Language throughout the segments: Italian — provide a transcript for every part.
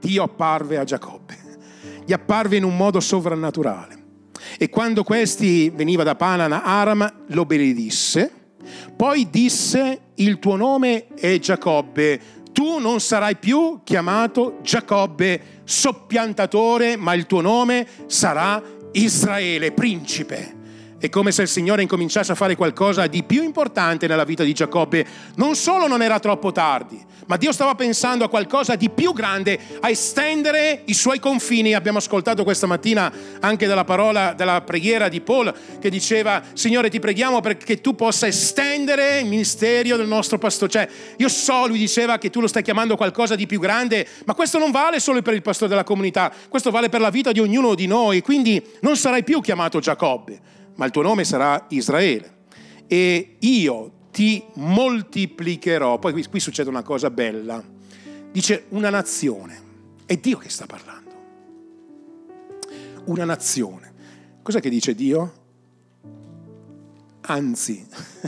Dio apparve a Giacobbe, gli apparve in un modo sovrannaturale. E quando questi veniva da Padan Aram, lo benedisse, poi disse: il tuo nome è Giacobbe, tu non sarai più chiamato Giacobbe, soppiantatore, ma il tuo nome sarà Israele, principe. È come se il Signore incominciasse a fare qualcosa di più importante nella vita di Giacobbe. Non solo non era troppo tardi, ma Dio stava pensando a qualcosa di più grande, a estendere i suoi confini. Abbiamo ascoltato questa mattina anche dalla parola, della preghiera di Paul, che diceva: Signore, ti preghiamo perché tu possa estendere il ministero del nostro pastore. Cioè, io so, lui diceva, che tu lo stai chiamando a qualcosa di più grande, ma questo non vale solo per il pastore della comunità, questo vale per la vita di ognuno di noi. Quindi non sarai più chiamato Giacobbe, ma il tuo nome sarà Israele, e io ti moltiplicherò. Poi qui succede una cosa bella, dice una nazione, è Dio che sta parlando, una nazione. Cos'è che dice Dio? Anzi,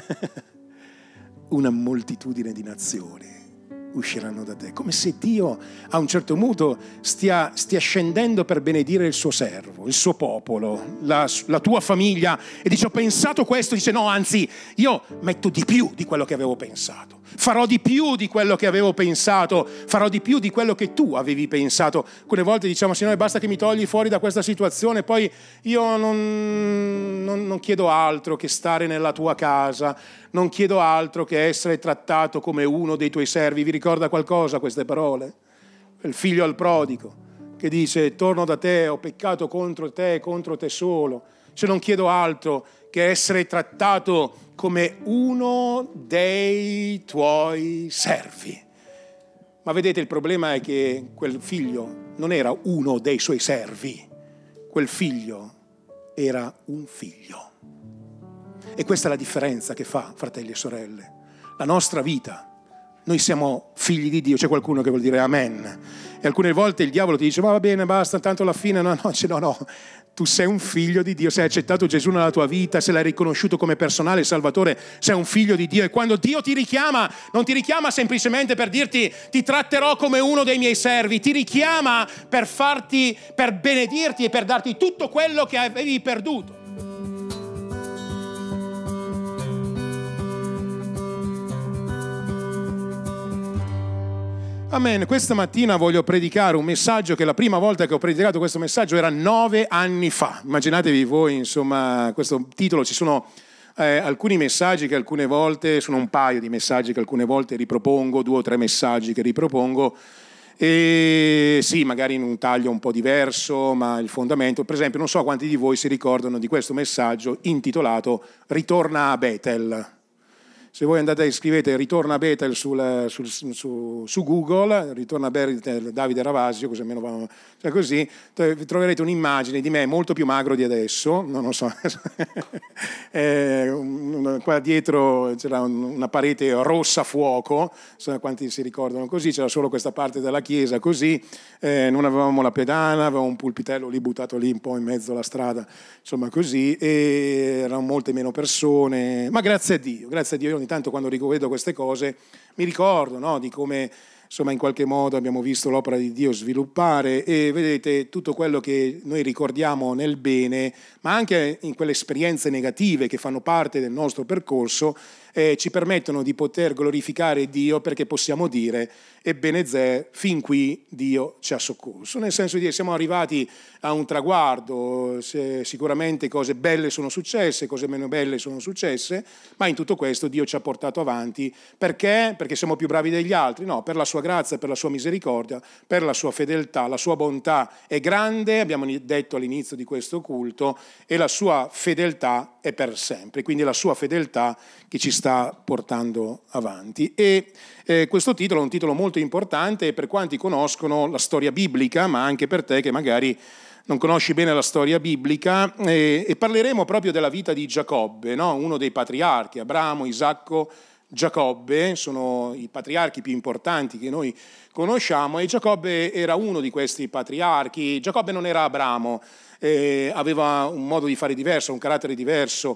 una moltitudine di nazioni usciranno da te. Come se Dio a un certo punto stia scendendo per benedire il suo servo, il suo popolo, la tua famiglia, e dice: ho pensato questo. Dice: no, anzi, io metto di più di quello che avevo pensato, farò di più di quello che avevo pensato, farò di più di quello che tu avevi pensato. Alcune volte diciamo: Signore, basta che mi togli fuori da questa situazione, poi io non chiedo altro che stare nella tua casa, non chiedo altro che essere trattato come uno dei tuoi servi. Vi ricorda qualcosa queste parole? Il figlio al prodigo che dice: torno da te, ho peccato contro te solo. Cioè, non chiedo altro che essere trattato come uno dei tuoi servi. Ma vedete, il problema è che quel figlio non era uno dei suoi servi, quel figlio era un figlio. E questa è la differenza che fa, fratelli e sorelle, la nostra vita. Noi siamo figli di Dio. C'è qualcuno che vuol dire amen? E alcune volte il diavolo ti dice: ma va bene, basta, tanto alla fine no, tu sei un figlio di Dio, se hai accettato Gesù nella tua vita, se l'hai riconosciuto come personale Salvatore, sei un figlio di Dio. E quando Dio ti richiama, non ti richiama semplicemente per dirti: ti tratterò come uno dei miei servi, ti richiama per benedirti e per darti tutto quello che avevi perduto. Amen. Questa mattina voglio predicare un messaggio che la prima volta che ho predicato questo messaggio era 9 anni fa. Immaginatevi voi, insomma, questo titolo. Ci sono alcuni messaggi che alcune volte, sono un paio di messaggi che alcune volte ripropongo, 2 o 3 messaggi che ripropongo, e sì, magari in un taglio un po' diverso, ma il fondamento. Per esempio, non so quanti di voi si ricordano di questo messaggio intitolato Ritorna a Bethel. Se voi andate e scrivete Ritorna a Bethel su Google, Ritorna a Bethel Davide Ravasio, così almeno va, cioè così, troverete un'immagine di me molto più magro di adesso, non so, qua dietro c'era una parete rossa a fuoco, so quanti si ricordano così, c'era solo questa parte della chiesa così, non avevamo la pedana, avevamo un pulpitello lì buttato lì un po' in mezzo alla strada, insomma così, e erano molte meno persone, ma grazie a Dio, io ogni tanto quando rivedo queste cose mi ricordo, no, di come insomma in qualche modo abbiamo visto l'opera di Dio sviluppare, e vedete tutto quello che noi ricordiamo nel bene, ma anche in quelle esperienze negative che fanno parte del nostro percorso, ci permettono di poter glorificare Dio, perché possiamo dire: ebbene zè, fin qui Dio ci ha soccorso. Nel senso di siamo arrivati a un traguardo, sicuramente cose belle sono successe, cose meno belle sono successe, ma in tutto questo Dio ci ha portato avanti. Perché? Perché siamo più bravi degli altri? No, per la sua grazia, per la sua misericordia, per la sua fedeltà. La sua bontà è grande, abbiamo detto all'inizio di questo culto, e la sua fedeltà è per sempre. Quindi la sua fedeltà che ci sta portando avanti. E questo titolo è un titolo molto importante per quanti conoscono la storia biblica, ma anche per te che magari non conosci bene la storia biblica, e parleremo proprio della vita di Giacobbe, no? Uno dei patriarchi, Abramo, Isacco, Giacobbe, sono i patriarchi più importanti che noi conosciamo, e Giacobbe era uno di questi patriarchi. Giacobbe non era Abramo, aveva un modo di fare diverso, un carattere diverso.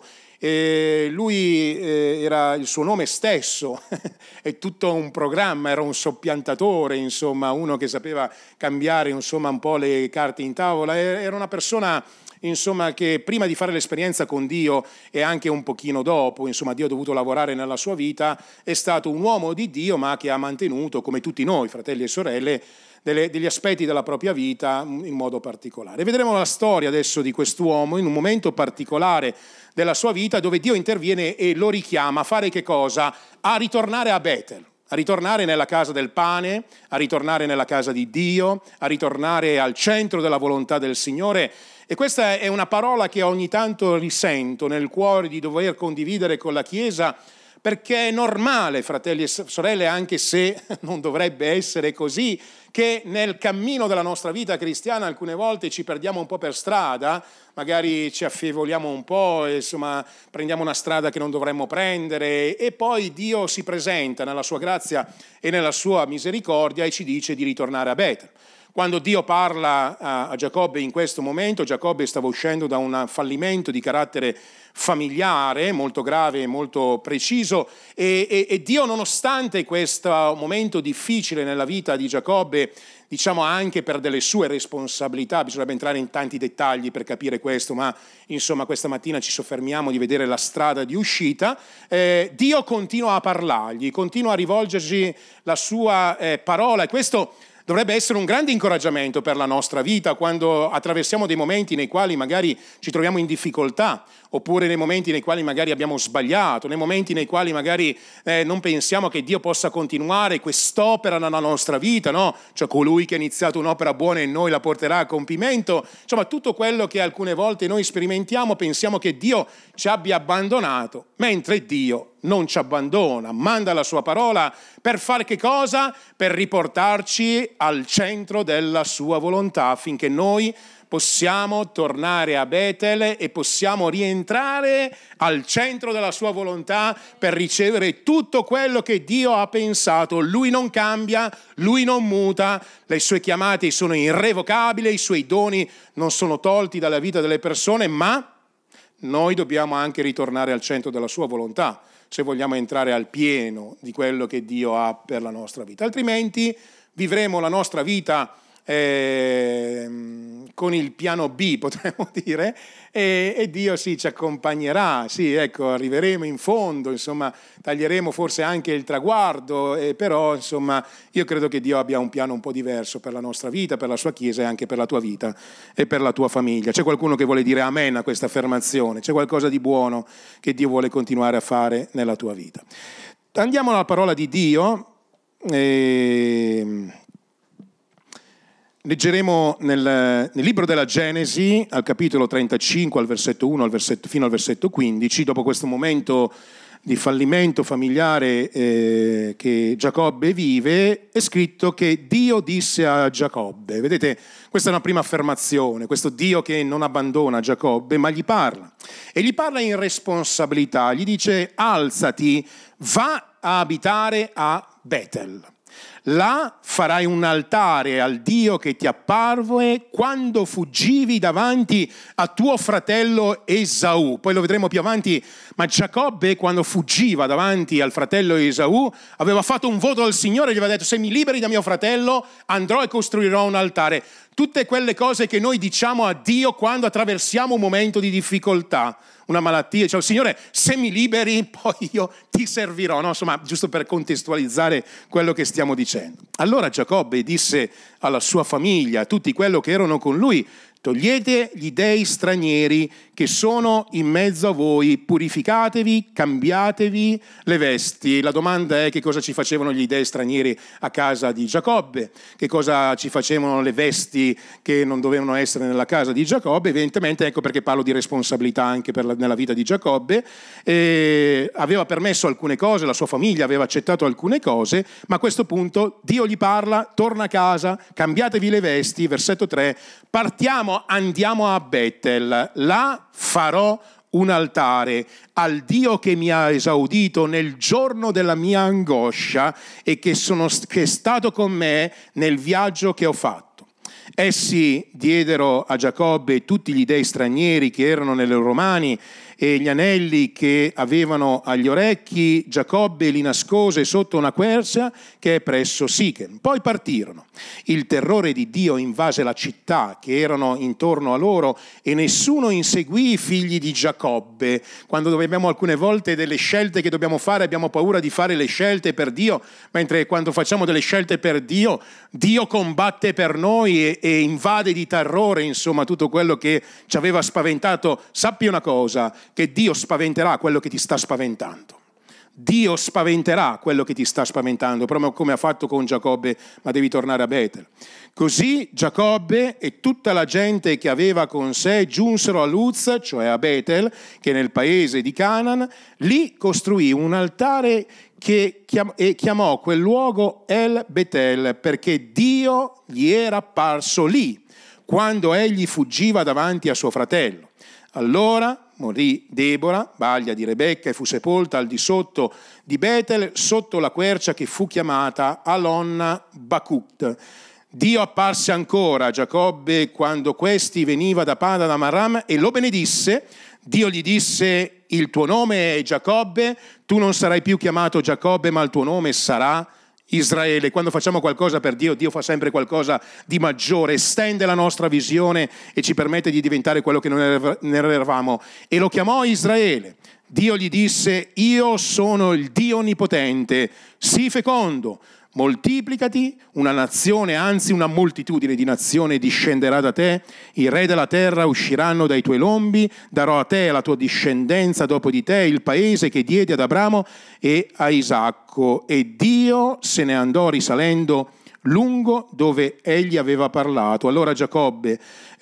Lui era il suo nome stesso, è tutto un programma, era un soppiantatore, insomma, uno che sapeva cambiare, insomma, un po' le carte in tavola. Era una persona, insomma, che prima di fare l'esperienza con Dio e anche un pochino dopo, insomma, Dio ha dovuto lavorare nella sua vita, è stato un uomo di Dio, ma che ha mantenuto, come tutti noi, fratelli e sorelle, degli aspetti della propria vita in modo particolare. Vedremo la storia adesso di quest'uomo in un momento particolare della sua vita, dove Dio interviene e lo richiama a fare che cosa? A ritornare a Betel, a ritornare nella casa del pane, a ritornare nella casa di Dio, a ritornare al centro della volontà del Signore. E questa è una parola che ogni tanto risento nel cuore di dover condividere con la Chiesa, perché è normale, fratelli e sorelle, anche se non dovrebbe essere così, che nel cammino della nostra vita cristiana alcune volte ci perdiamo un po' per strada, magari ci affevoliamo un po', insomma, prendiamo una strada che non dovremmo prendere, e poi Dio si presenta nella sua grazia e nella sua misericordia e ci dice di ritornare a Betel. Quando Dio parla a Giacobbe in questo momento, Giacobbe stava uscendo da un fallimento di carattere familiare molto grave e molto preciso, e Dio, nonostante questo momento difficile nella vita di Giacobbe, diciamo anche per delle sue responsabilità, bisognerebbe entrare in tanti dettagli per capire questo, ma insomma questa mattina ci soffermiamo di vedere la strada di uscita. Dio continua a parlargli, continua a rivolgerci la sua parola, e questo dovrebbe essere un grande incoraggiamento per la nostra vita quando attraversiamo dei momenti nei quali magari ci troviamo in difficoltà, oppure nei momenti nei quali magari abbiamo sbagliato, nei momenti nei quali magari non pensiamo che Dio possa continuare quest'opera nella nostra vita, no? Cioè colui che ha iniziato un'opera buona in noi la porterà a compimento. Insomma, tutto quello che alcune volte noi sperimentiamo, pensiamo che Dio ci abbia abbandonato, mentre Dio non ci abbandona, manda la sua parola per fare che cosa? Per riportarci al centro della sua volontà, affinché noi possiamo tornare a Betel e possiamo rientrare al centro della sua volontà per ricevere tutto quello che Dio ha pensato. Lui non cambia, Lui non muta, le sue chiamate sono irrevocabili, i suoi doni non sono tolti dalla vita delle persone, ma noi dobbiamo anche ritornare al centro della sua volontà se vogliamo entrare al pieno di quello che Dio ha per la nostra vita. Altrimenti vivremo la nostra vita con il piano B, potremmo dire, e Dio sì, ci accompagnerà, sì, ecco, arriveremo in fondo, insomma, taglieremo forse anche il traguardo, però insomma io credo che Dio abbia un piano un po' diverso per la nostra vita, per la sua Chiesa e anche per la tua vita e per la tua famiglia. C'è qualcuno che vuole dire amen a questa affermazione? C'è qualcosa di buono che Dio vuole continuare a fare nella tua vita? Andiamo alla parola di Dio. Leggeremo nel libro della Genesi, al capitolo 35, al versetto 1 fino al versetto 15, dopo questo momento di fallimento familiare che Giacobbe vive, è scritto che Dio disse a Giacobbe. Vedete, questa è una prima affermazione, questo Dio che non abbandona Giacobbe, ma gli parla. E gli parla in responsabilità, gli dice: alzati, va a abitare a Betel. Là farai un altare al Dio che ti apparve quando fuggivi davanti a tuo fratello Esaù. Poi lo vedremo più avanti, ma Giacobbe, quando fuggiva davanti al fratello Esaù, aveva fatto un voto al Signore e gli aveva detto: se mi liberi da mio fratello andrò e costruirò un altare. Tutte quelle cose che noi diciamo a Dio quando attraversiamo un momento di difficoltà, una malattia, cioè: Signore, se mi liberi poi io ti servirò, no? Insomma, giusto per contestualizzare quello che stiamo dicendo. Allora Giacobbe disse alla sua famiglia, a tutti quello che erano con lui: togliete gli dei stranieri che sono in mezzo a voi, purificatevi, cambiatevi le vesti. La domanda è: che cosa ci facevano gli dei stranieri a casa di Giacobbe? Che cosa ci facevano le vesti che non dovevano essere nella casa di Giacobbe? Evidentemente, ecco perché parlo di responsabilità anche nella vita di Giacobbe. Aveva permesso alcune cose, la sua famiglia aveva accettato alcune cose, ma a questo punto Dio gli parla: torna a casa, cambiatevi le vesti, versetto 3, partiamo, andiamo a Betel, là farò un altare al Dio che mi ha esaudito nel giorno della mia angoscia e che è stato con me nel viaggio che ho fatto. Essi diedero a Giacobbe tutti gli dei stranieri che erano nelle loro mani e gli anelli che avevano agli orecchi. Giacobbe li nascose sotto una quercia che è presso Sichem. Poi partirono. Il terrore di Dio invase la città che erano intorno a loro e nessuno inseguì i figli di Giacobbe. Quando abbiamo alcune volte delle scelte che dobbiamo fare, abbiamo paura di fare le scelte per Dio, mentre quando facciamo delle scelte per Dio, Dio combatte per noi e invade di terrore, insomma, tutto quello che ci aveva spaventato. Sappi una cosa, che Dio spaventerà quello che ti sta spaventando. Dio spaventerà quello che ti sta spaventando, proprio come ha fatto con Giacobbe, ma devi tornare a Betel. Così Giacobbe e tutta la gente che aveva con sé giunsero a Luz, cioè a Betel, che è nel paese di Canaan. Lì costruì un altare e chiamò quel luogo El Betel, perché Dio gli era apparso lì, quando egli fuggiva davanti a suo fratello. Allora morì Debora, baglia di Rebecca, e fu sepolta al di sotto di Betel, sotto la quercia che fu chiamata Alonna Bakut. Dio apparse ancora a Giacobbe quando questi veniva da Padan Aram e lo benedisse. Dio gli disse: il tuo nome è Giacobbe, tu non sarai più chiamato Giacobbe, ma il tuo nome sarà Israele. Quando facciamo qualcosa per Dio, Dio fa sempre qualcosa di maggiore, estende la nostra visione e ci permette di diventare quello che non ne eravamo. E lo chiamò Israele. Dio gli disse: io sono il Dio onnipotente, sii fecondo, moltiplicati, una nazione, anzi una moltitudine di nazioni discenderà da te, i re della terra usciranno dai tuoi lombi, darò a te e alla tua discendenza dopo di te il paese che diedi ad Abramo e a Isacco. E Dio se ne andò risalendo lungo dove egli aveva parlato. Allora Giacobbe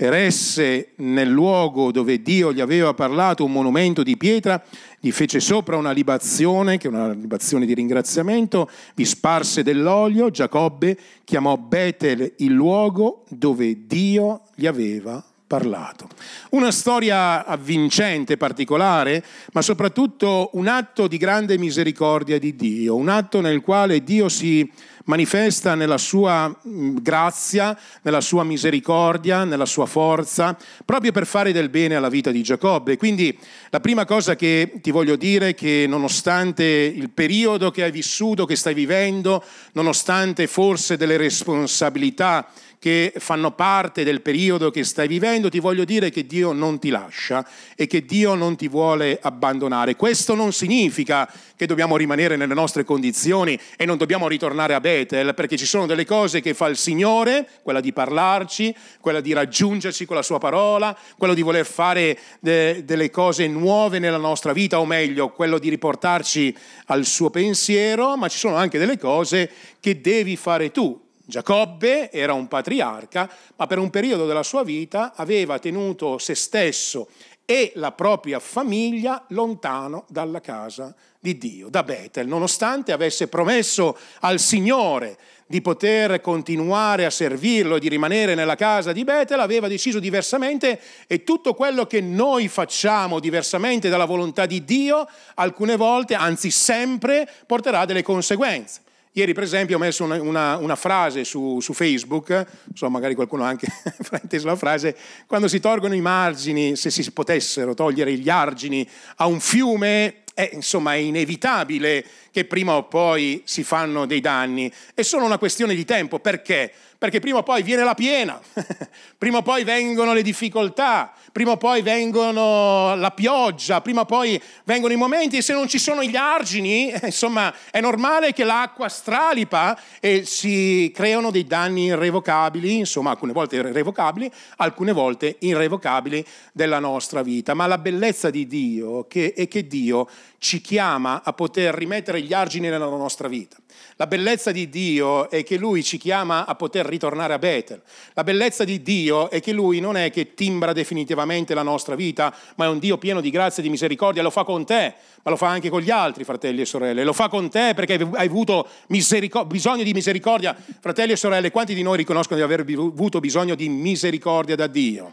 eresse nel luogo dove Dio gli aveva parlato un monumento di pietra, gli fece sopra una libazione, che è una libazione di ringraziamento, vi sparse dell'olio. Giacobbe chiamò Betel il luogo dove Dio gli aveva parlato. Una storia avvincente, particolare, ma soprattutto un atto di grande misericordia di Dio, un atto nel quale Dio si manifesta nella sua grazia, nella sua misericordia, nella sua forza, proprio per fare del bene alla vita di Giacobbe. Quindi la prima cosa che ti voglio dire è che nonostante il periodo che hai vissuto, che stai vivendo, nonostante forse delle responsabilità che fanno parte del periodo che stai vivendo, ti voglio dire che Dio non ti lascia e che Dio non ti vuole abbandonare. Questo non significa che dobbiamo rimanere nelle nostre condizioni e non dobbiamo ritornare a Betel, perché ci sono delle cose che fa il Signore, quella di parlarci, quella di raggiungerci con la sua parola, quello di voler fare delle cose nuove nella nostra vita, o meglio, quello di riportarci al suo pensiero, ma ci sono anche delle cose che devi fare tu. Giacobbe era un patriarca, ma per un periodo della sua vita aveva tenuto se stesso e la propria famiglia lontano dalla casa di Dio, da Betel, nonostante avesse promesso al Signore di poter continuare a servirlo, di rimanere nella casa di Betel, aveva deciso diversamente, e tutto quello che noi facciamo diversamente dalla volontà di Dio, alcune volte, anzi sempre, porterà delle conseguenze. Ieri, per esempio, ho messo una frase su Facebook, so, magari qualcuno ha anche frainteso la frase: quando si tolgono i margini, se si potessero togliere gli argini a un fiume, insomma è inevitabile che prima o poi si fanno dei danni. È solo una questione di tempo. Perché? Perché prima o poi viene la piena, prima o poi vengono le difficoltà, prima o poi vengono la pioggia, prima o poi vengono i momenti, e se non ci sono gli argini, insomma, è normale che l'acqua stralipa e si creano dei danni irrevocabili, insomma, alcune volte irrevocabili, alcune volte irrevocabili della nostra vita. Ma la bellezza di Dio è che Dio ci chiama a poter rimettere gli argini nella nostra vita. La bellezza di Dio è che Lui ci chiama a poter ritornare a Betel. La bellezza di Dio è che Lui non è che timbra definitivamente la nostra vita, ma è un Dio pieno di grazia e di misericordia. Lo fa con te, ma lo fa anche con gli altri, fratelli e sorelle. Lo fa con te perché hai avuto bisogno di misericordia. Fratelli e sorelle, quanti di noi riconoscono di aver avuto bisogno di misericordia da Dio?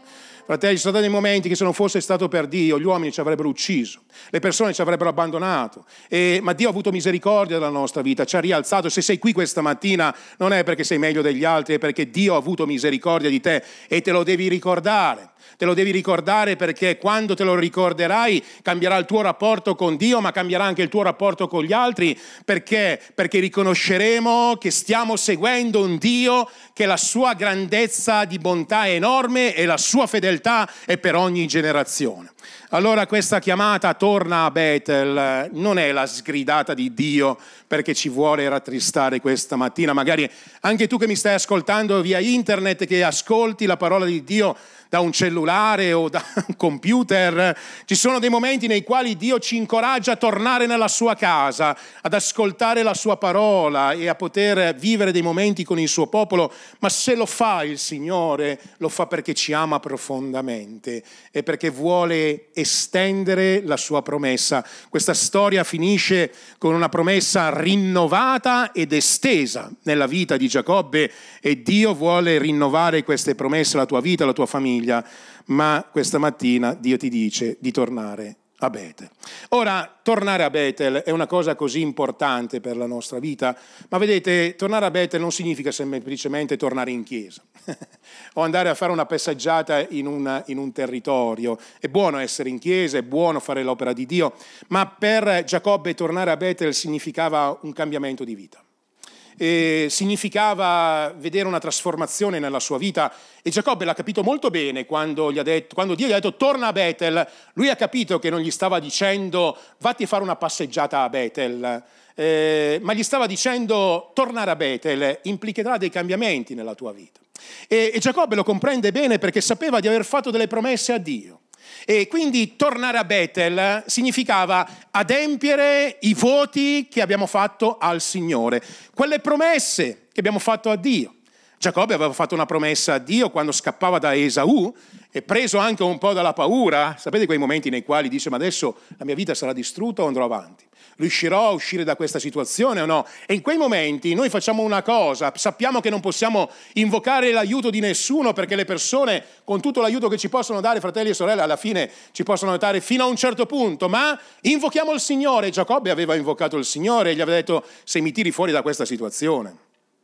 Fratelli, ci sono dei momenti che se non fosse stato per Dio, gli uomini ci avrebbero ucciso, le persone ci avrebbero abbandonato, ma Dio ha avuto misericordia della nostra vita, ci ha rialzato. Se sei qui questa mattina non è perché sei meglio degli altri, è perché Dio ha avuto misericordia di te e te lo devi ricordare. Te lo devi ricordare, perché quando te lo ricorderai cambierà il tuo rapporto con Dio, ma cambierà anche il tuo rapporto con gli altri. Perché? Perché riconosceremo che stiamo seguendo un Dio che la sua grandezza di bontà è enorme e la sua fedeltà è per ogni generazione. Allora questa chiamata torna a Betel non è la sgridata di Dio perché ci vuole rattristare questa mattina. Magari anche tu che mi stai ascoltando via internet, che ascolti la parola di Dio da un cellulare o da un computer, ci sono dei momenti nei quali Dio ci incoraggia a tornare nella sua casa, ad ascoltare la sua parola e a poter vivere dei momenti con il suo popolo. Ma se lo fa il Signore, lo fa perché ci ama profondamente e perché vuole estendere la sua promessa. Questa storia finisce con una promessa rinnovata ed estesa nella vita di Giacobbe, e Dio vuole rinnovare queste promesse alla tua vita, alla tua famiglia. Ma questa mattina Dio ti dice di tornare a Betel. Ora, tornare a Betel è una cosa così importante per la nostra vita, ma vedete, tornare a Betel non significa semplicemente tornare in chiesa o andare a fare una passeggiata in un territorio. È buono essere in chiesa, è buono fare l'opera di Dio, ma per Giacobbe tornare a Betel significava un cambiamento di vita. Significava vedere una trasformazione nella sua vita, e Giacobbe l'ha capito molto bene quando Dio gli ha detto torna a Betel. Lui ha capito che non gli stava dicendo vatti a fare una passeggiata a Betel, ma gli stava dicendo tornare a Betel implicherà dei cambiamenti nella tua vita, e Giacobbe lo comprende bene perché sapeva di aver fatto delle promesse a Dio. E quindi tornare a Betel significava adempiere i voti che abbiamo fatto al Signore, quelle promesse che abbiamo fatto a Dio. Giacobbe aveva fatto una promessa a Dio quando scappava da Esaù, e preso anche un po' dalla paura, sapete quei momenti nei quali dice ma adesso la mia vita sarà distrutta o andrò avanti? Riuscirò a uscire da questa situazione o no? E in quei momenti noi facciamo una cosa: sappiamo che non possiamo invocare l'aiuto di nessuno, perché le persone con tutto l'aiuto che ci possono dare, fratelli e sorelle, alla fine ci possono aiutare fino a un certo punto, ma invochiamo il Signore. Giacobbe aveva invocato il Signore e gli aveva detto se mi tiri fuori da questa situazione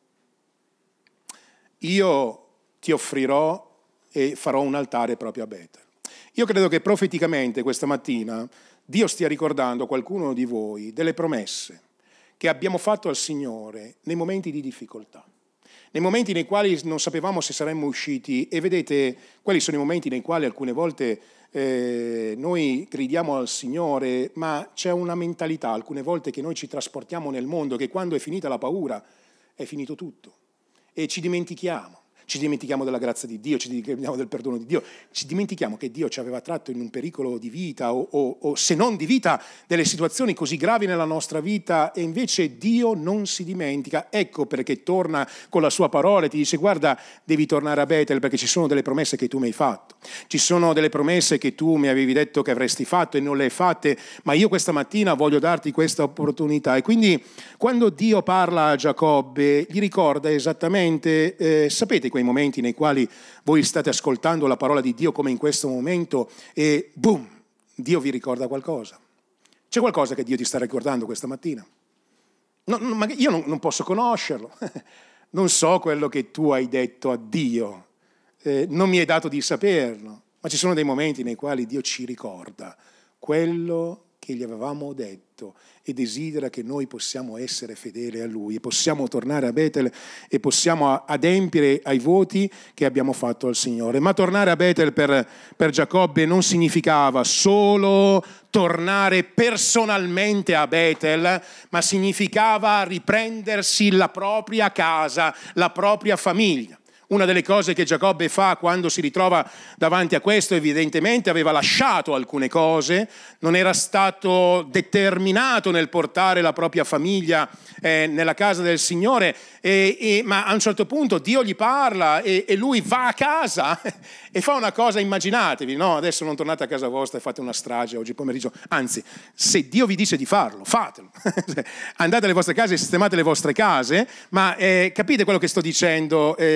io ti offrirò e farò un altare proprio a Betel. Io credo che profeticamente questa mattina Dio stia ricordando a qualcuno di voi delle promesse che abbiamo fatto al Signore nei momenti di difficoltà, nei momenti nei quali non sapevamo se saremmo usciti. E vedete, quelli sono i momenti nei quali alcune volte noi gridiamo al Signore, ma c'è una mentalità alcune volte che noi ci trasportiamo nel mondo, che quando è finita la paura è finito tutto, e ci dimentichiamo della grazia di Dio, ci dimentichiamo del perdono di Dio, ci dimentichiamo che Dio ci aveva tratto in un pericolo di vita o se non di vita, delle situazioni così gravi nella nostra vita, e invece Dio non si dimentica. Ecco perché torna con la sua parola e ti dice guarda, devi tornare a Betel perché ci sono delle promesse che tu mi hai fatto, ci sono delle promesse che tu mi avevi detto che avresti fatto e non le hai fatte, ma io questa mattina voglio darti questa opportunità. E quindi quando Dio parla a Giacobbe gli ricorda esattamente, sapete quei momenti nei quali voi state ascoltando la parola di Dio come in questo momento e boom, Dio vi ricorda qualcosa. C'è qualcosa che Dio ti sta ricordando questa mattina? Ma io non posso conoscerlo, non so quello che tu hai detto a Dio, non mi è dato di saperlo, ma ci sono dei momenti nei quali Dio ci ricorda quello che gli avevamo detto e desidera che noi possiamo essere fedeli a Lui e possiamo tornare a Betel e possiamo adempiere ai voti che abbiamo fatto al Signore. Ma tornare a Betel per Giacobbe non significava solo tornare personalmente a Betel, ma significava riprendersi la propria casa, la propria famiglia. Una delle cose che Giacobbe fa quando si ritrova davanti a questo, evidentemente aveva lasciato alcune cose, non era stato determinato nel portare la propria famiglia nella casa del Signore, ma a un certo punto Dio gli parla e lui va a casa e fa una cosa, immaginatevi, no? Adesso non tornate a casa vostra e fate una strage oggi pomeriggio, anzi, se Dio vi dice di farlo, fatelo. Andate alle vostre case e sistemate le vostre case, ma capite quello che sto dicendo? Giacobbe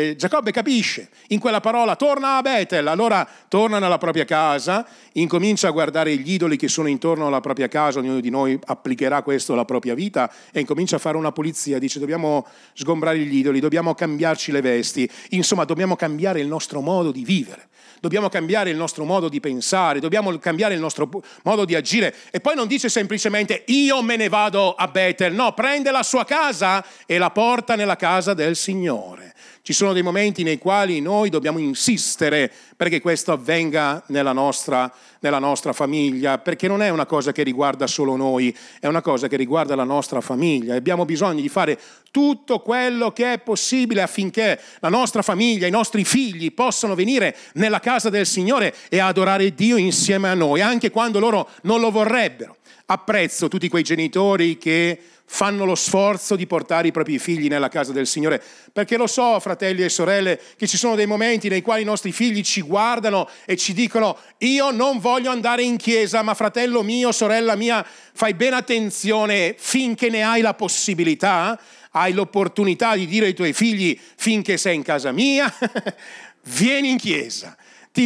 Giacobbe capisce in quella parola, torna a Betel, allora torna nella propria casa, incomincia a guardare gli idoli che sono intorno alla propria casa, ognuno di noi applicherà questo alla propria vita e incomincia a fare una pulizia, dice dobbiamo sgombrare gli idoli, dobbiamo cambiarci le vesti, insomma dobbiamo cambiare il nostro modo di vivere. Dobbiamo cambiare il nostro modo di pensare, dobbiamo cambiare il nostro modo di agire. E poi non dice semplicemente io me ne vado a Betel, no, prende la sua casa e la porta nella casa del Signore. Ci sono dei momenti nei quali noi dobbiamo insistere perché questo avvenga nella nostra famiglia, perché non è una cosa che riguarda solo noi, è una cosa che riguarda la nostra famiglia. Abbiamo bisogno di fare tutto quello che è possibile affinché la nostra famiglia, i nostri figli possano venire nella casa del Signore e adorare Dio insieme a noi, anche quando loro non lo vorrebbero. Apprezzo tutti quei genitori che fanno lo sforzo di portare i propri figli nella casa del Signore, perché lo so, fratelli e sorelle, che ci sono dei momenti nei quali i nostri figli ci guardano e ci dicono io non voglio andare in chiesa, ma fratello mio, sorella mia, fai bene attenzione, finché ne hai la possibilità, hai l'opportunità di dire ai tuoi figli finché sei in casa mia, vieni in chiesa.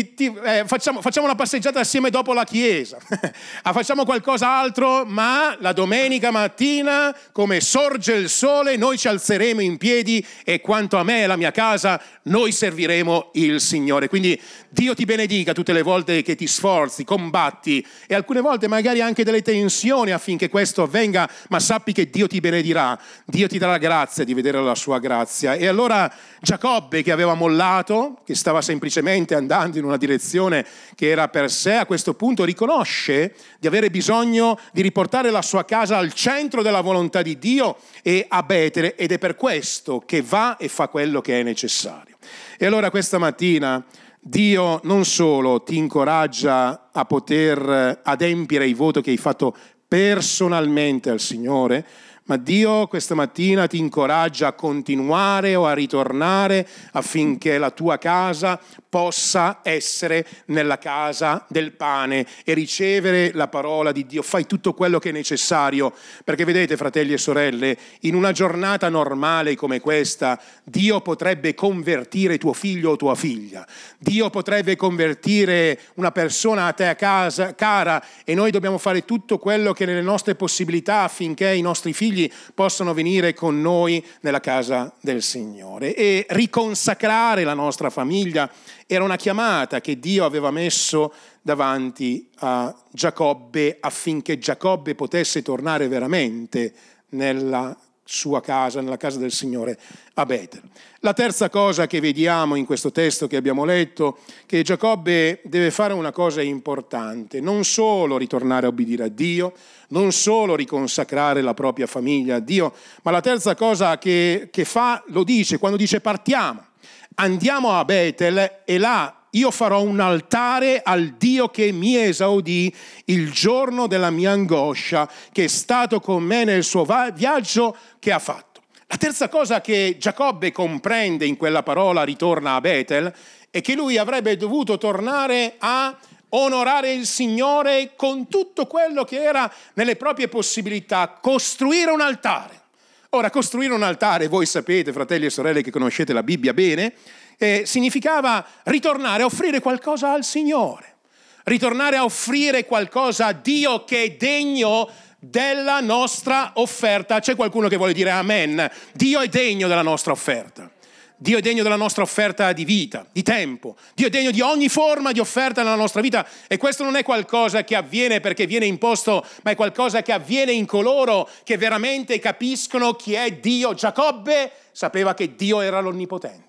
Facciamo una passeggiata assieme dopo la chiesa, facciamo qualcos'altro, ma la domenica mattina, come sorge il sole, noi ci alzeremo in piedi e quanto a me e la mia casa, noi serviremo il Signore. Quindi Dio ti benedica tutte le volte che ti sforzi, combatti e alcune volte magari anche delle tensioni affinché questo avvenga, ma sappi che Dio ti benedirà, Dio ti darà grazia di vedere la sua grazia. E allora Giacobbe, che aveva mollato, che stava semplicemente andando in una direzione che era per sé, a questo punto riconosce di avere bisogno di riportare la sua casa al centro della volontà di Dio e a Betel, ed è per questo che va e fa quello che è necessario. E allora questa mattina Dio non solo ti incoraggia a poter adempiere il voto che hai fatto personalmente al Signore, ma Dio questa mattina ti incoraggia a continuare o a ritornare affinché la tua casa possa essere nella casa del pane e ricevere la parola di Dio. Fai tutto quello che è necessario, perché vedete, fratelli e sorelle, in una giornata normale come questa, Dio potrebbe convertire tuo figlio o tua figlia. Dio potrebbe convertire una persona a te a casa, cara, e noi dobbiamo fare tutto quello che è nelle nostre possibilità affinché i nostri figli possano venire con noi nella casa del Signore. E riconsacrare la nostra famiglia era una chiamata che Dio aveva messo davanti a Giacobbe affinché Giacobbe potesse tornare veramente nella sua casa, nella casa del Signore a Betel. La terza cosa che vediamo in questo testo che abbiamo letto, che Giacobbe deve fare una cosa importante, non solo ritornare a obbedire a Dio, non solo riconsacrare la propria famiglia a Dio, ma la terza cosa che fa, lo dice, quando dice partiamo, andiamo a Betel e là io farò un altare al Dio che mi esaudì il giorno della mia angoscia, che è stato con me nel suo viaggio che ha fatto. La terza cosa che Giacobbe comprende in quella parola ritorna a Betel è che lui avrebbe dovuto tornare a onorare il Signore con tutto quello che era nelle proprie possibilità, costruire un altare. Ora, costruire un altare, voi sapete, fratelli e sorelle che conoscete la Bibbia bene, significava ritornare a offrire qualcosa al Signore, ritornare a offrire qualcosa a Dio che è degno della nostra offerta. C'è qualcuno che vuole dire amen? Dio è degno della nostra offerta. Dio è degno della nostra offerta di vita, di tempo. Dio è degno di ogni forma di offerta nella nostra vita, e questo non è qualcosa che avviene perché viene imposto, ma è qualcosa che avviene in coloro che veramente capiscono chi è Dio. Giacobbe sapeva che Dio era l'Onnipotente.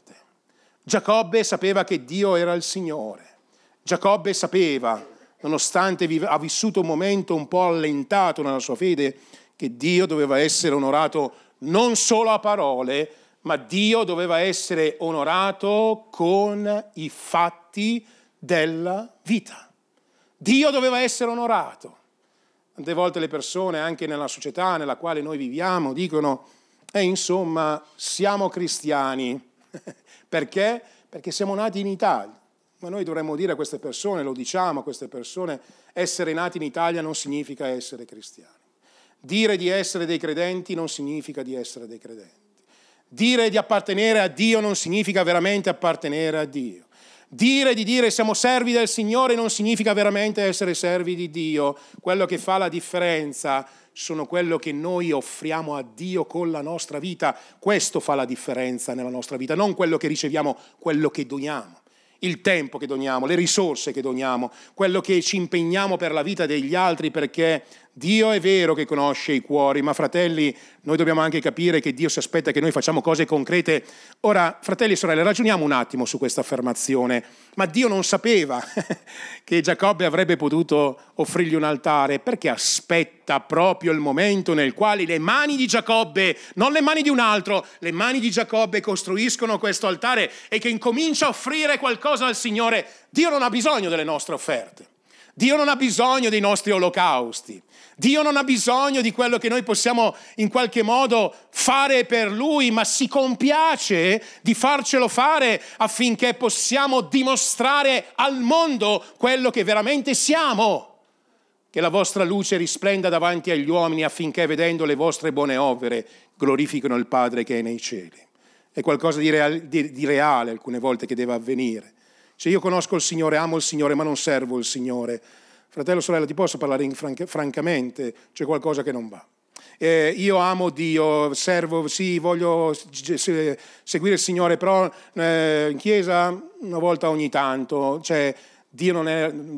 Giacobbe sapeva che Dio era il Signore. Giacobbe sapeva, nonostante ha vissuto un momento un po' allentato nella sua fede, che Dio doveva essere onorato non solo a parole, ma Dio doveva essere onorato con i fatti della vita. Dio doveva essere onorato. Tante volte le persone, anche nella società nella quale noi viviamo, dicono insomma, siamo cristiani. Perché? Perché siamo nati in Italia. Ma noi dovremmo dire a queste persone, lo diciamo a queste persone, essere nati in Italia non significa essere cristiani. Dire di essere dei credenti non significa di essere dei credenti. Dire di appartenere a Dio non significa veramente appartenere a Dio. Dire di dire siamo servi del Signore non significa veramente essere servi di Dio. Quello che fa la differenza sono quello che noi offriamo a Dio con la nostra vita. Questo fa la differenza nella nostra vita, non quello che riceviamo, quello che doniamo. Il tempo che doniamo, le risorse che doniamo, quello che ci impegniamo per la vita degli altri, perché Dio è vero che conosce i cuori, ma fratelli, noi dobbiamo anche capire che Dio si aspetta che noi facciamo cose concrete. Ora, fratelli e sorelle, ragioniamo un attimo su questa affermazione. Ma Dio non sapeva che Giacobbe avrebbe potuto offrirgli un altare, perché aspetta proprio il momento nel quale le mani di Giacobbe, non le mani di un altro, le mani di Giacobbe costruiscono questo altare e che incomincia a offrire qualcosa al Signore. Dio non ha bisogno delle nostre offerte. Dio non ha bisogno dei nostri olocausti. Dio non ha bisogno di quello che noi possiamo in qualche modo fare per Lui, ma si compiace di farcelo fare affinché possiamo dimostrare al mondo quello che veramente siamo. Che la vostra luce risplenda davanti agli uomini affinché vedendo le vostre buone opere glorificano il Padre che è nei cieli. È qualcosa di reale alcune volte che deve avvenire. Cioè io conosco il Signore, amo il Signore, ma non servo il Signore. Fratello, sorella, ti posso parlare francamente? C'è qualcosa che non va. Io amo Dio, servo, sì, voglio seguire il Signore, però in chiesa una volta ogni tanto. Cioè, Dio non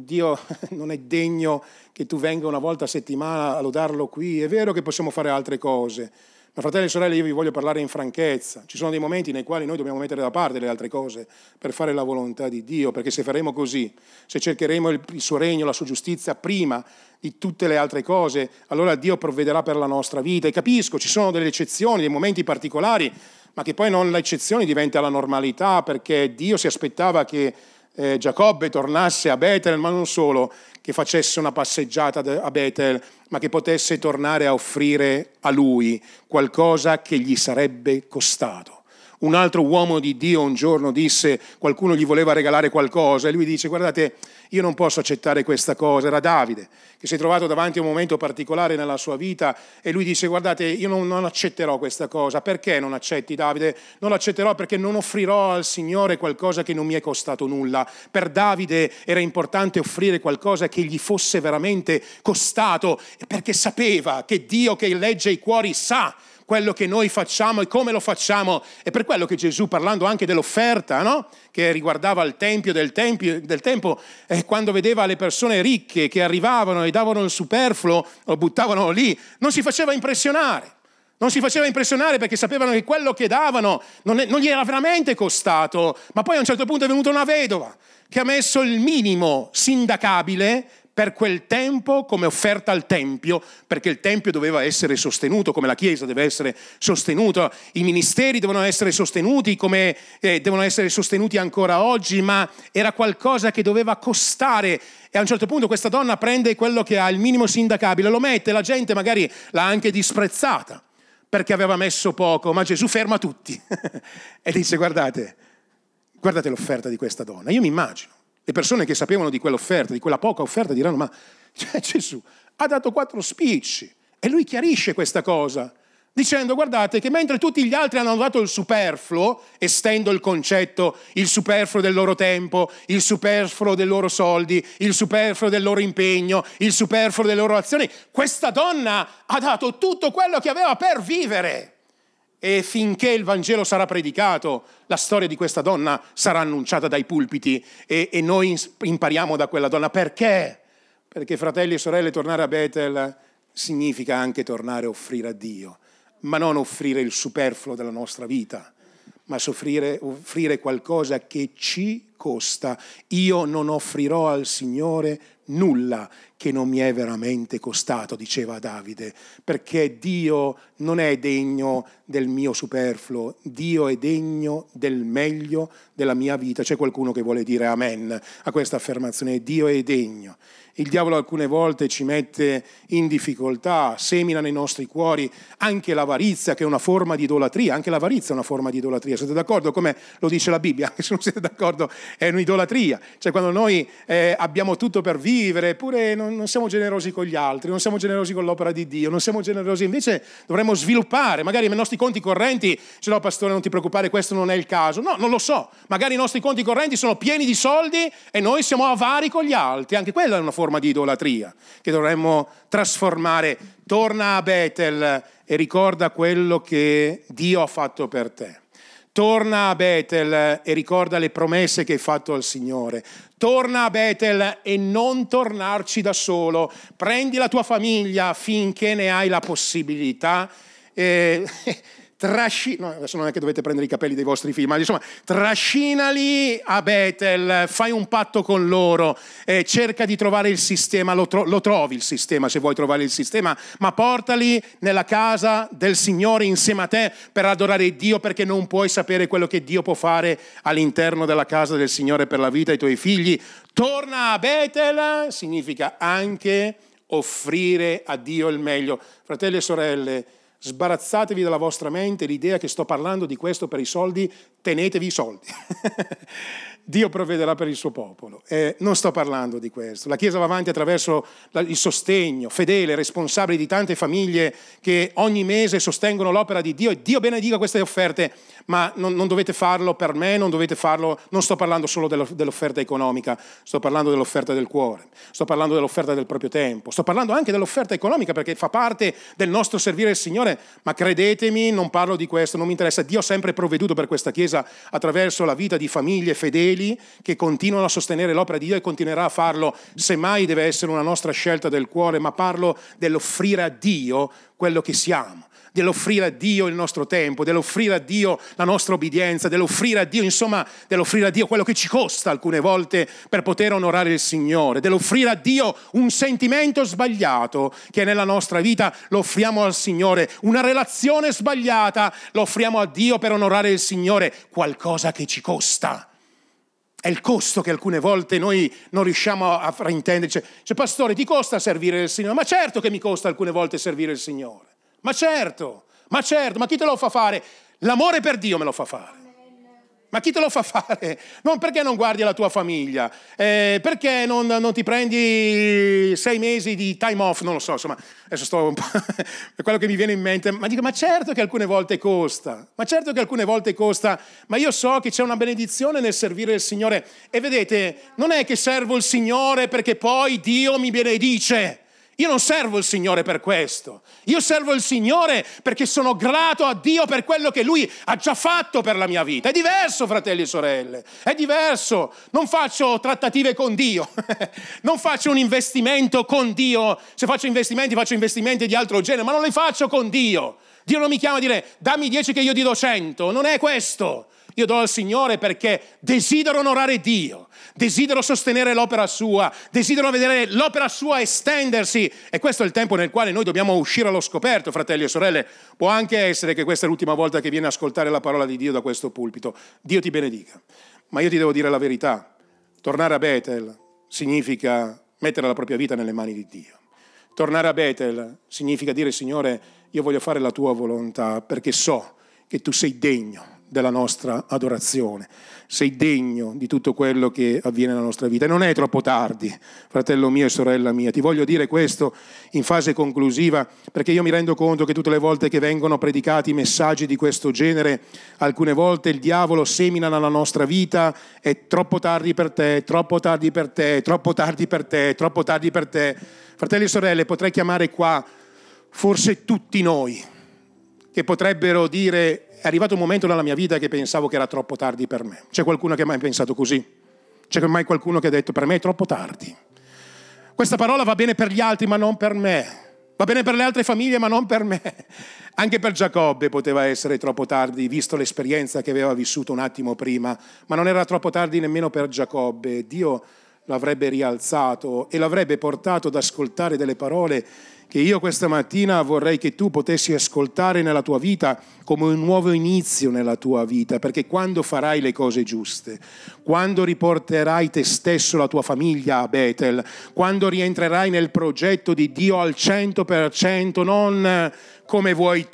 è degno che tu venga una volta a settimana a lodarlo qui. È vero che possiamo fare altre cose. Ma fratelli e sorelle, io vi voglio parlare in franchezza. Ci sono dei momenti nei quali noi dobbiamo mettere da parte le altre cose per fare la volontà di Dio, perché se faremo così, se cercheremo il suo regno, la sua giustizia prima di tutte le altre cose, allora Dio provvederà per la nostra vita. E capisco, ci sono delle eccezioni, dei momenti particolari, ma che poi non l'eccezione diventa la normalità, perché Dio si aspettava che Giacobbe tornasse a Betel, ma non solo, che facesse una passeggiata a Betel, ma che potesse tornare a offrire a lui qualcosa che gli sarebbe costato. Un altro uomo di Dio un giorno disse, qualcuno gli voleva regalare qualcosa e lui dice, guardate, io non posso accettare questa cosa. Era Davide, che si è trovato davanti a un momento particolare nella sua vita e lui dice, guardate, io non accetterò questa cosa. Perché non accetti, Davide? Non l'accetterò perché non offrirò al Signore qualcosa che non mi è costato nulla. Per Davide era importante offrire qualcosa che gli fosse veramente costato, perché sapeva che Dio che legge i cuori sa quello che noi facciamo e come lo facciamo. È per quello che Gesù, parlando anche dell'offerta, no? Che riguardava il tempio del tempo, quando vedeva le persone ricche che arrivavano e davano il superfluo, lo buttavano lì, non si faceva impressionare. Non si faceva impressionare perché sapevano che quello che davano non gli era veramente costato. Ma poi a un certo punto è venuta una vedova che ha messo il minimo sindacabile per quel tempo come offerta al Tempio, perché il Tempio doveva essere sostenuto come la Chiesa deve essere sostenuta, i ministeri devono essere sostenuti come devono essere sostenuti ancora oggi, ma era qualcosa che doveva costare. E a un certo punto questa donna prende quello che ha, il minimo sindacabile, lo mette, la gente magari l'ha anche disprezzata perché aveva messo poco, ma Gesù ferma tutti e dice guardate l'offerta di questa donna. Io mi immagino le persone che sapevano di quell'offerta, di quella poca offerta, diranno ma Gesù ha dato 4 spicci. E lui chiarisce questa cosa dicendo guardate che mentre tutti gli altri hanno dato il superfluo, estendo il concetto, il superfluo del loro tempo, il superfluo dei loro soldi, il superfluo del loro impegno, il superfluo delle loro azioni, questa donna ha dato tutto quello che aveva per vivere. E finché il Vangelo sarà predicato, la storia di questa donna sarà annunciata dai pulpiti e noi impariamo da quella donna. Perché? Perché, fratelli e sorelle, tornare a Betel significa anche tornare a offrire a Dio, ma non offrire il superfluo della nostra vita, ma offrire qualcosa che ci costa. Io non offrirò al Signore nulla che non mi è veramente costato, diceva Davide, perché Dio non è degno del mio superfluo, Dio è degno del meglio della mia vita. C'è qualcuno che vuole dire amen a questa affermazione? Dio è degno. Il diavolo alcune volte ci mette in difficoltà, semina nei nostri cuori anche l'avarizia, che è una forma di idolatria. Anche l'avarizia è una forma di idolatria. Siete d'accordo? Come lo dice la Bibbia? Anche se non siete d'accordo, è un'idolatria. Cioè quando noi abbiamo tutto per vivere, vivere, eppure non siamo generosi con gli altri, non siamo generosi con l'opera di Dio, non siamo generosi, invece dovremmo sviluppare, magari nei nostri conti correnti, dice no pastore non ti preoccupare, questo non è il caso, no, non lo so, magari i nostri conti correnti sono pieni di soldi e noi siamo avari con gli altri, anche quella è una forma di idolatria che dovremmo trasformare. Torna a Betel e ricorda quello che Dio ha fatto per te. Torna a Betel e ricorda le promesse che hai fatto al Signore. Torna a Betel e non tornarci da solo. Prendi la tua famiglia finché ne hai la possibilità. No, adesso non è che dovete prendere i capelli dei vostri figli, ma insomma, trascinali a Betel, fai un patto con loro, cerca di trovare il sistema, lo trovi il sistema se vuoi trovare il sistema, ma portali nella casa del Signore insieme a te per adorare Dio, perché non puoi sapere quello che Dio può fare all'interno della casa del Signore per la vita dei tuoi figli. Torna a Betel significa anche offrire a Dio il meglio. Fratelli e sorelle, sbarazzatevi dalla vostra mente l'idea che sto parlando di questo per i soldi, tenetevi i soldi. Dio provvederà per il suo popolo. Non sto parlando di questo. La Chiesa va avanti attraverso il sostegno fedele, responsabile di tante famiglie che ogni mese sostengono l'opera di Dio, e Dio benedica queste offerte, ma non dovete farlo per me, non dovete farlo, non sto parlando solo dell'offerta economica, sto parlando dell'offerta del cuore, sto parlando dell'offerta del proprio tempo, sto parlando anche dell'offerta economica perché fa parte del nostro servire il Signore, ma credetemi, non parlo di questo, non mi interessa. Dio ha sempre provveduto per questa Chiesa attraverso la vita di famiglie fedeli che continuano a sostenere l'opera di Dio e continuerà a farlo, semmai deve essere una nostra scelta del cuore, ma parlo dell'offrire a Dio quello che siamo, dell'offrire a Dio il nostro tempo, dell'offrire a Dio la nostra obbedienza, dell'offrire a Dio, insomma, dell'offrire a Dio quello che ci costa alcune volte per poter onorare il Signore, dell'offrire a Dio un sentimento sbagliato che è nella nostra vita, lo offriamo al Signore, una relazione sbagliata, lo offriamo a Dio per onorare il Signore, qualcosa che ci costa. È il costo che alcune volte noi non riusciamo a fraintendere. Cioè, pastore, ti costa servire il Signore? Ma certo che mi costa alcune volte servire il Signore. Ma certo, ma chi te lo fa fare? L'amore per Dio me lo fa fare. Ma chi te lo fa fare? Non perché non guardi la tua famiglia, perché non ti prendi 6 mesi di time off, non lo so, insomma, adesso sto un po' è quello che mi viene in mente, ma dico, ma certo che alcune volte costa, ma io so che c'è una benedizione nel servire il Signore, e vedete, non è che servo il Signore perché poi Dio mi benedice. Io non servo il Signore per questo. Io servo il Signore perché sono grato a Dio per quello che Lui ha già fatto per la mia vita. È diverso, fratelli e sorelle, è diverso. Non faccio trattative con Dio, non faccio un investimento con Dio. Se faccio investimenti di altro genere, ma non li faccio con Dio. Dio non mi chiama a dire dammi 10 che io ti do 100. Non è questo. Io do al Signore perché desidero onorare Dio, desidero sostenere l'opera sua, desidero vedere l'opera sua estendersi, e questo è il tempo nel quale noi dobbiamo uscire allo scoperto, fratelli e sorelle. Può anche essere che questa è l'ultima volta che vieni a ascoltare la parola di Dio da questo pulpito. Dio ti benedica, ma io ti devo dire la verità. Tornare a Betel significa mettere la propria vita nelle mani di Dio. Tornare a Betel significa dire Signore, io voglio fare la tua volontà perché so che tu sei degno della nostra adorazione, sei degno di tutto quello che avviene nella nostra vita. E non è troppo tardi, fratello mio e sorella mia, ti voglio dire questo in fase conclusiva, perché io mi rendo conto che tutte le volte che vengono predicati messaggi di questo genere, alcune volte il diavolo semina nella nostra vita: è troppo tardi per te, troppo tardi per te, troppo tardi per te, troppo tardi per te. Fratelli e sorelle, potrei chiamare qua forse tutti noi che potrebbero dire: è arrivato un momento nella mia vita che pensavo che era troppo tardi per me. C'è qualcuno che ha mai pensato così? C'è mai qualcuno che ha detto per me è troppo tardi? Questa parola va bene per gli altri ma non per me, va bene per le altre famiglie ma non per me. Anche per Giacobbe poteva essere troppo tardi, visto l'esperienza che aveva vissuto un attimo prima, ma non era troppo tardi nemmeno per Giacobbe. Dio l'avrebbe rialzato e l'avrebbe portato ad ascoltare delle parole che io questa mattina vorrei che tu potessi ascoltare nella tua vita come un nuovo inizio nella tua vita, perché quando farai le cose giuste, quando riporterai te stesso, la tua famiglia a Betel, quando rientrerai nel progetto di Dio al 100%, non come vuoi tu,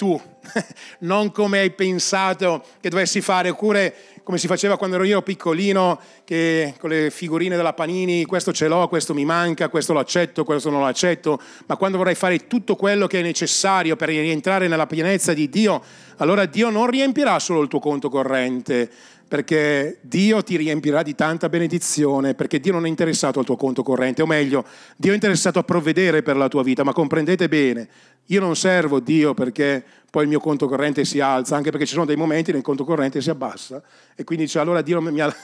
non come hai pensato che dovessi fare, oppure come si faceva quando ero io piccolino, che con le figurine della Panini, questo ce l'ho, questo mi manca, questo lo accetto, questo non lo accetto, ma quando vorrai fare tutto quello che è necessario per rientrare nella pienezza di Dio, allora Dio non riempirà solo il tuo conto corrente, perché Dio ti riempirà di tanta benedizione, perché Dio non è interessato al tuo conto corrente, o meglio, Dio è interessato a provvedere per la tua vita, ma comprendete bene, io non servo Dio perché poi il mio conto corrente si alza, anche perché ci sono dei momenti nel conto corrente si abbassa, e quindi dice, allora Dio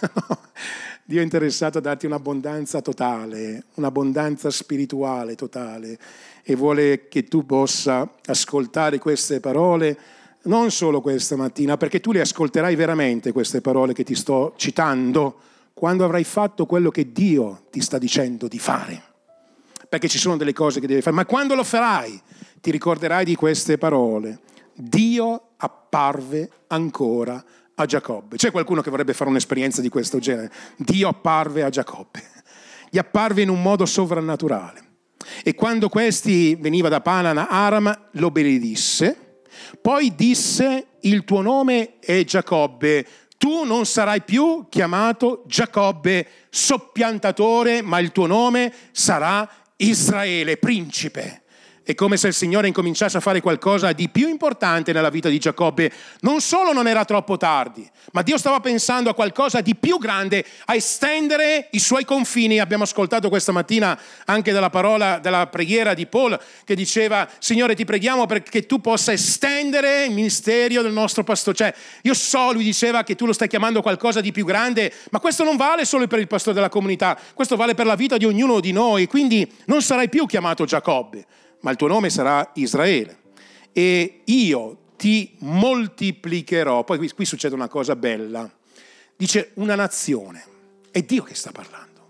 Dio è interessato a darti un'abbondanza totale, un'abbondanza spirituale totale, e vuole che tu possa ascoltare queste parole, non solo questa mattina, perché tu le ascolterai veramente queste parole che ti sto citando quando avrai fatto quello che Dio ti sta dicendo di fare, perché ci sono delle cose che devi fare, ma quando lo farai ti ricorderai di queste parole. Dio apparve ancora a Giacobbe. C'è qualcuno che vorrebbe fare un'esperienza di questo genere? Dio apparve a Giacobbe, gli apparve in un modo sovrannaturale, e quando questi veniva da Padan Aram lo benedisse. Poi disse, il tuo nome è Giacobbe, tu non sarai più chiamato Giacobbe soppiantatore, ma il tuo nome sarà Israele, principe. È come se il Signore incominciasse a fare qualcosa di più importante nella vita di Giacobbe. Non solo non era troppo tardi, ma Dio stava pensando a qualcosa di più grande, a estendere i suoi confini. Abbiamo ascoltato questa mattina anche dalla parola, della preghiera di Paul, che diceva, Signore ti preghiamo perché tu possa estendere il ministero del nostro pastore. Cioè, io so, lui diceva, che tu lo stai chiamando a qualcosa di più grande, ma questo non vale solo per il pastore della comunità, questo vale per la vita di ognuno di noi, quindi non sarai più chiamato Giacobbe, ma il tuo nome sarà Israele, e io ti moltiplicherò. Poi qui succede una cosa bella, dice una nazione, è Dio che sta parlando,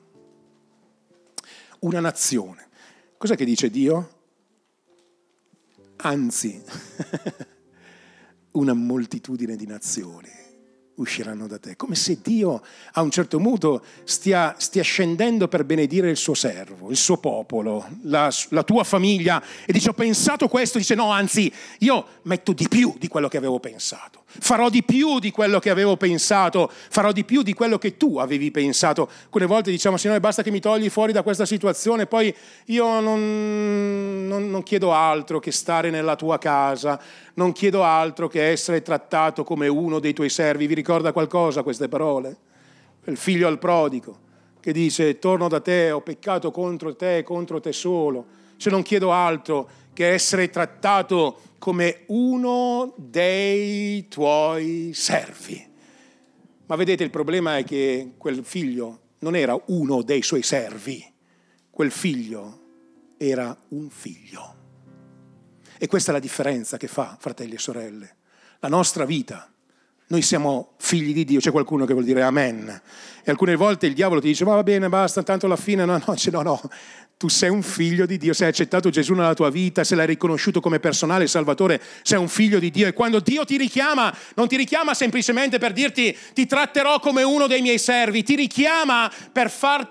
una nazione. Cos'è che dice Dio? Anzi, una moltitudine di nazioni usciranno da te, come se Dio a un certo punto stia scendendo per benedire il suo servo, il suo popolo, la tua famiglia, e dice, ho pensato questo, dice, no, anzi, io metto di più di quello che avevo pensato, farò di più di quello che avevo pensato, farò di più di quello che tu avevi pensato. Alcune volte diciamo, Signore, basta che mi togli fuori da questa situazione, poi io non chiedo altro che stare nella tua casa, non chiedo altro che essere trattato come uno dei tuoi servi. Vi ricorda qualcosa queste parole? Il figlio al prodigo che dice, torno da te, ho peccato contro te solo. Cioè non chiedo altro che essere trattato come uno dei tuoi servi. Ma vedete, il problema è che quel figlio non era uno dei suoi servi, quel figlio era un figlio. E questa è la differenza che fa, fratelli e sorelle. La nostra vita, noi siamo figli di Dio, c'è qualcuno che vuol dire amen. E alcune volte il diavolo ti dice, ma va bene, basta, tanto alla fine, no, tu sei un figlio di Dio, se hai accettato Gesù nella tua vita, se l'hai riconosciuto come personale Salvatore, sei un figlio di Dio. E quando Dio ti richiama, non ti richiama semplicemente per dirti ti tratterò come uno dei miei servi, ti richiama per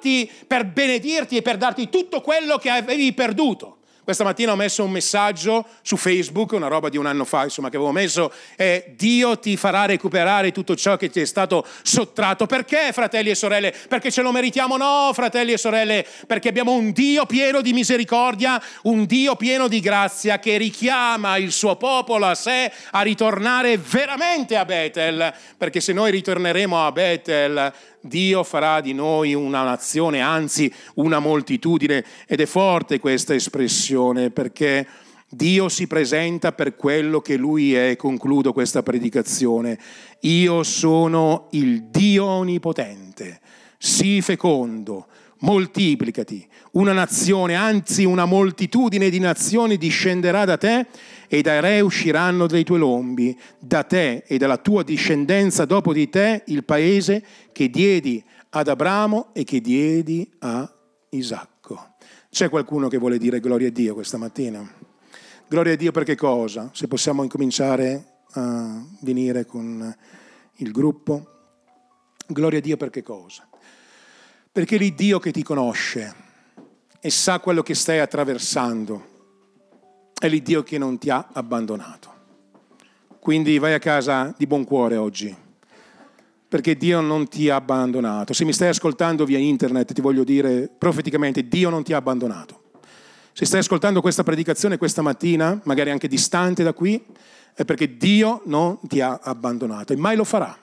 benedirti e per darti tutto quello che avevi perduto. Questa mattina ho messo un messaggio su Facebook, una roba di un anno fa, insomma, che avevo messo, Dio ti farà recuperare tutto ciò che ti è stato sottratto. Perché, fratelli e sorelle? Perché ce lo meritiamo? No, fratelli e sorelle, perché abbiamo un Dio pieno di misericordia, un Dio pieno di grazia che richiama il suo popolo a sé, a ritornare veramente a Betel, perché se noi ritorneremo a Betel, Dio farà di noi una nazione, anzi una moltitudine. Ed è forte questa espressione, perché Dio si presenta per quello che Lui è. Concludo questa predicazione. Io sono il Dio onnipotente, sii fecondo, moltiplicati, una nazione, anzi una moltitudine di nazioni discenderà da te, e dai re usciranno dai tuoi lombi, da te e dalla tua discendenza dopo di te il paese che diedi ad Abramo e che diedi a Isacco. C'è qualcuno che vuole dire gloria a Dio questa mattina? Gloria a Dio per che cosa? Se possiamo incominciare a venire con il gruppo. Gloria a Dio per che cosa? Perché l'Iddio che ti conosce e sa quello che stai attraversando è l'Iddio che non ti ha abbandonato. Quindi vai a casa di buon cuore oggi, perché Dio non ti ha abbandonato. Se mi stai ascoltando via internet, ti voglio dire profeticamente, Dio non ti ha abbandonato. Se stai ascoltando questa predicazione questa mattina, magari anche distante da qui, è perché Dio non ti ha abbandonato e mai lo farà.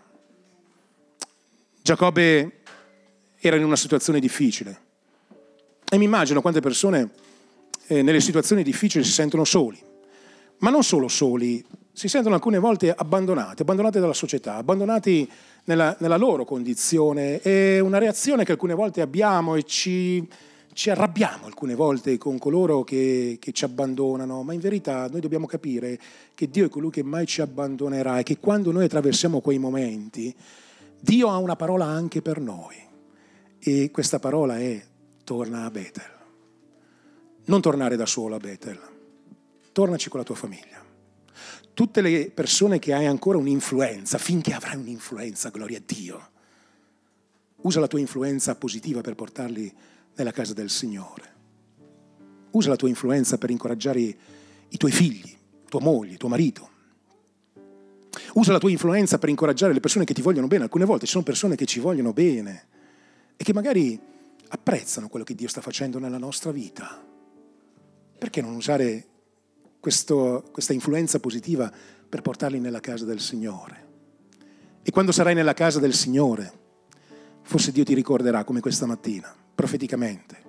Giacobbe era in una situazione difficile e mi immagino quante persone nelle situazioni difficili si sentono soli, ma non solo soli, si sentono alcune volte abbandonati dalla società, abbandonati nella loro condizione. È una reazione che alcune volte abbiamo e ci arrabbiamo alcune volte con coloro che ci abbandonano, ma in verità noi dobbiamo capire che Dio è colui che mai ci abbandonerà e che quando noi attraversiamo quei momenti, Dio ha una parola anche per noi e questa parola è: torna a Betel. Non tornare da solo a Betel, tornaci con la tua famiglia. Tutte le persone che hai ancora un'influenza, finché avrai un'influenza, gloria a Dio, usa la tua influenza positiva per portarli nella casa del Signore. Usa la tua influenza per incoraggiare i tuoi figli, tua moglie, tuo marito. Usa la tua influenza per incoraggiare le persone che ti vogliono bene. Alcune volte ci sono persone che ci vogliono bene e che magari apprezzano quello che Dio sta facendo nella nostra vita. Perché non usare questa influenza positiva per portarli nella casa del Signore? E quando sarai nella casa del Signore, forse Dio ti ricorderà, come questa mattina, profeticamente,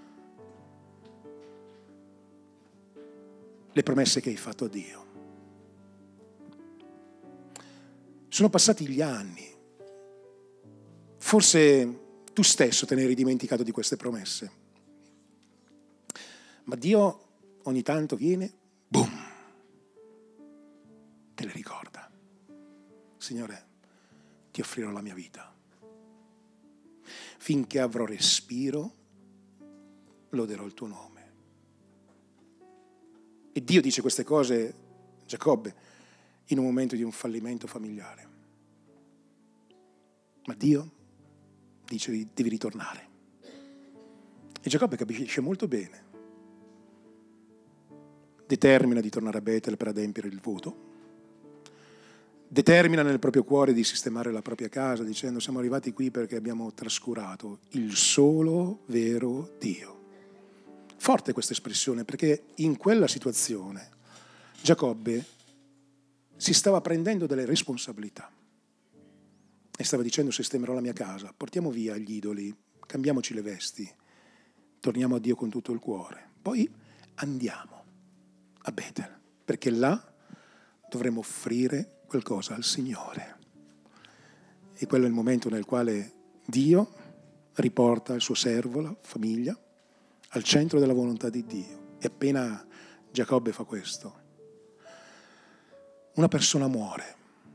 le promesse che hai fatto a Dio. Sono passati gli anni, forse tu stesso te ne eri dimenticato di queste promesse, ma Dio ogni tanto viene, boom, te le ricorda. Signore, ti offrirò la mia vita. Finché avrò respiro, loderò il tuo nome. E Dio dice queste cose, Giacobbe, in un momento di un fallimento familiare. Ma Dio dice: devi ritornare. E Giacobbe capisce molto bene. Determina di tornare a Betel per adempiere il voto. Determina nel proprio cuore di sistemare la propria casa, dicendo: siamo arrivati qui perché abbiamo trascurato il solo vero Dio. Forte questa espressione, perché in quella situazione Giacobbe si stava prendendo delle responsabilità e stava dicendo: sistemerò la mia casa, portiamo via gli idoli, cambiamoci le vesti, torniamo a Dio con tutto il cuore, poi andiamo a Betel, perché là dovremo offrire qualcosa al Signore. E quello è il momento nel quale Dio riporta il suo servo, la famiglia, al centro della volontà di Dio. E appena Giacobbe fa questo, una persona muore,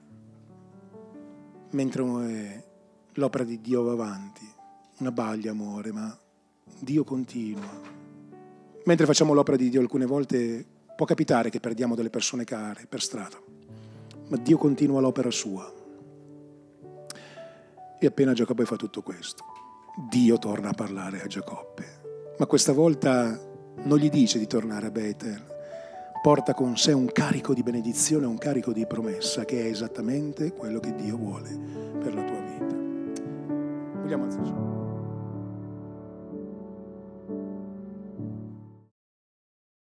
mentre l'opera di Dio va avanti. Una baglia muore, ma Dio continua. Mentre facciamo l'opera di Dio, alcune volte può capitare che perdiamo delle persone care per strada, ma Dio continua l'opera sua. E appena Giacobbe fa tutto questo, Dio torna a parlare a Giacobbe, ma questa volta non gli dice di tornare a Betel, porta con sé un carico di benedizione, un carico di promessa, che è esattamente quello che Dio vuole per la tua vita. Vogliamo alzarci?